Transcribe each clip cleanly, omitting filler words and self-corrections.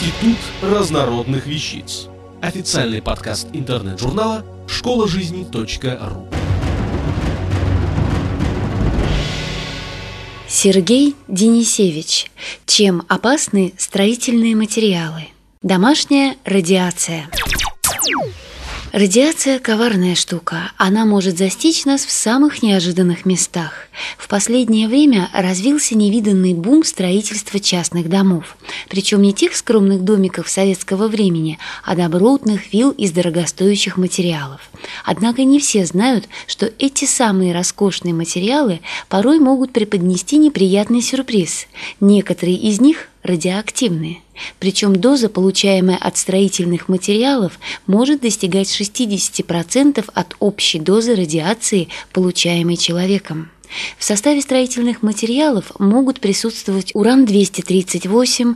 Институт разнородных вещиц. Официальный подкаст интернет-журнала школажизни.ру. Сергей Денисевич. Чем опасны строительные материалы? Домашняя радиация. Радиация – коварная штука. Она может застичь нас в самых неожиданных местах. В последнее время развился невиданный бум строительства частных домов. Причем не тех скромных домиков советского времени, а добротных вилл из дорогостоящих материалов. Однако не все знают, что эти самые роскошные материалы порой могут преподнести неприятный сюрприз. Некоторые из них радиоактивные. Причем доза, получаемая от строительных материалов, может достигать 60% от общей дозы радиации, получаемой человеком. В составе строительных материалов могут присутствовать уран-238,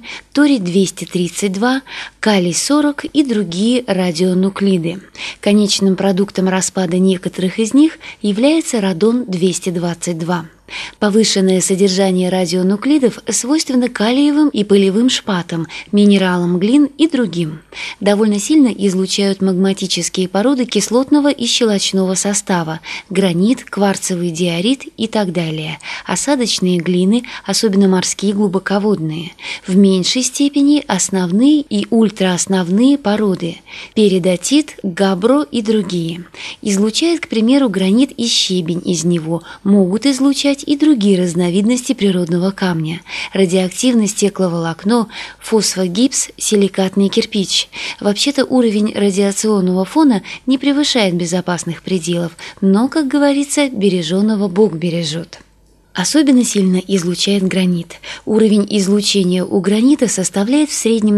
торий-232, калий-40 и другие радионуклиды. Конечным продуктом распада некоторых из них является радон-222. Повышенное содержание радионуклидов свойственно калиевым и пылевым шпатам, минералам глин и другим. Довольно сильно излучают магматические породы кислотного и щелочного состава, гранит, кварцевый диорит и так далее, осадочные глины, особенно морские глубоководные. В меньшей степени основные и ультраосновные породы, перидотит, габро и другие. Излучает, к примеру, гранит и щебень из него, могут излучать и другие разновидности природного камня: радиоактивное стекловолокно, фосфогипс, силикатный кирпич. Вообще-то уровень радиационного фона не превышает безопасных пределов, но, как говорится, береженого Бог бережет. Особенно сильно излучает гранит. Уровень излучения у гранита составляет в среднем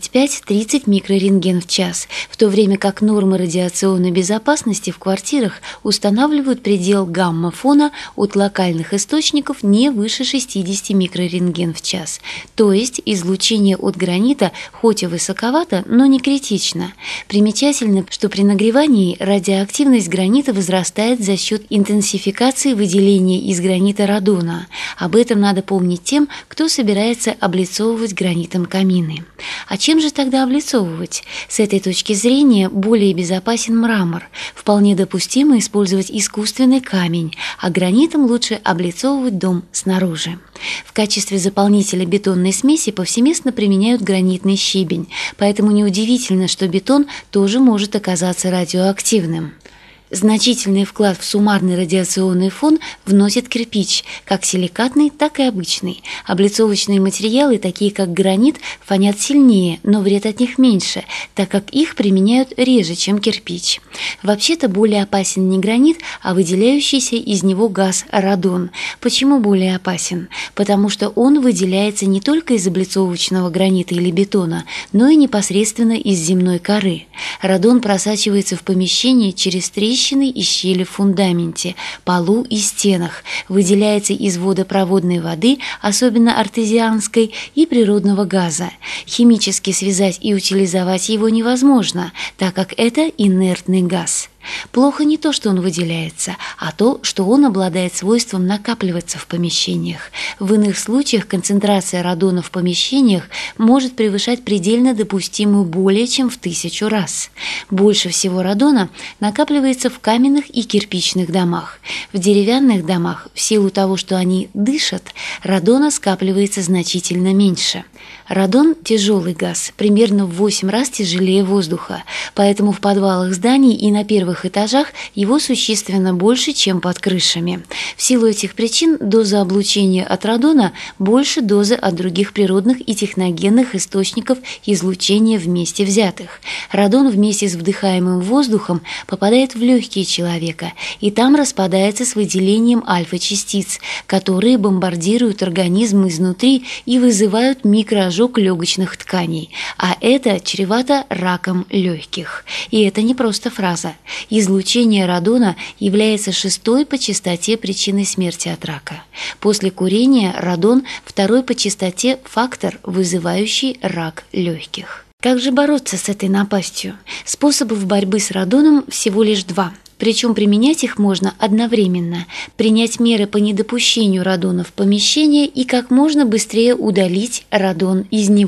25-30 микрорентген в час, в то время как нормы радиационной безопасности в квартирах устанавливают предел гамма-фона от локальных источников не выше 60 микрорентген в час. То есть излучение от гранита хоть и высоковато, но не критично. Примечательно, что при нагревании радиоактивность гранита возрастает за счет интенсификации выделения из гранита радона. Об этом надо помнить тем, кто собирается облицовывать гранитом камины. А чем же тогда облицовывать? С этой точки зрения более безопасен мрамор. Вполне допустимо использовать искусственный камень, а гранитом лучше облицовывать дом снаружи. В качестве заполнителя бетонной смеси повсеместно применяют гранитный щебень, поэтому неудивительно, что бетон тоже может оказаться радиоактивным. Значительный вклад в суммарный радиационный фон вносит кирпич, как силикатный, так и обычный. Облицовочные материалы, такие как гранит, фонят сильнее, но вред от них меньше, так как их применяют реже, чем кирпич. Вообще-то более опасен не гранит, а выделяющийся из него газ радон. Почему более опасен? Потому что он выделяется не только из облицовочного гранита или бетона, но и непосредственно из земной коры. Радон просачивается в помещение через трещины и щели в фундаменте, полу и стенах, выделяется из водопроводной воды, особенно артезианской, и природного газа. Химически связать и утилизовать его невозможно, так как это инертный газ. Плохо не то, что он выделяется, а то, что он обладает свойством накапливаться в помещениях. В иных случаях концентрация радона в помещениях может превышать предельно допустимую более чем в 1000 раз. Больше всего радона накапливается в каменных и кирпичных домах. В деревянных домах, в силу того, что они дышат, радона скапливается значительно меньше. Радон – тяжелый газ, примерно в 8 раз тяжелее воздуха, поэтому в подвалах зданий и на первых этажах его существенно больше, чем под крышами. В силу этих причин доза облучения от радона больше дозы от других природных и техногенных источников излучения вместе взятых. Радон вместе с вдыхаемым воздухом попадает в легкие человека, и там распадается с выделением альфа-частиц, которые бомбардируют организм изнутри и вызывают микроожог легочных тканей, а это чревато раком легких. И это не просто фраза. Излучение радона является 6-й по частоте причиной смерти от рака. После курения радон – 2-й по частоте фактор, вызывающий рак легких. Как же бороться с этой напастью? Способов борьбы с радоном всего лишь 2. Причем применять их можно одновременно: принять меры по недопущению радона в помещение и как можно быстрее удалить радон из него.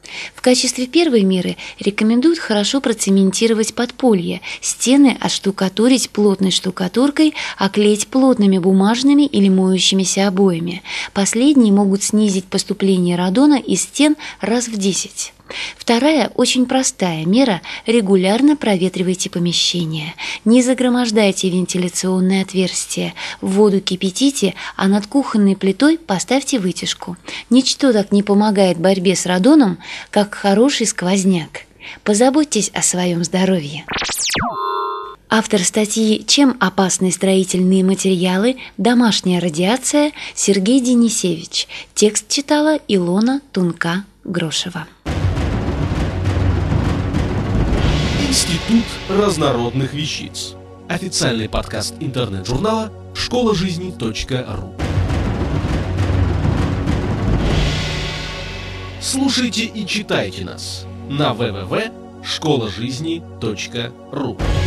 В качестве первой меры рекомендуют хорошо процементировать подполье, стены отштукатурить плотной штукатуркой, оклеить плотными бумажными или моющимися обоями. Последние могут снизить поступление радона из стен раз в 10. Вторая, очень простая мера – регулярно проветривайте помещение. Не загромождайте вентиляционные отверстия, воду кипятите, а над кухонной плитой поставьте вытяжку. Ничто так не помогает борьбе с радоном, как хороший сквозняк. Позаботьтесь о своем здоровье. Автор статьи «Чем опасны строительные материалы? Домашняя радиация» Сергей Денисевич. Текст читала Илона Тунка-Грошева. Институт разнородных вещиц. Официальный подкаст интернет-журнала школажизни.ру. Слушайте и читайте нас на www.школажизни.ру.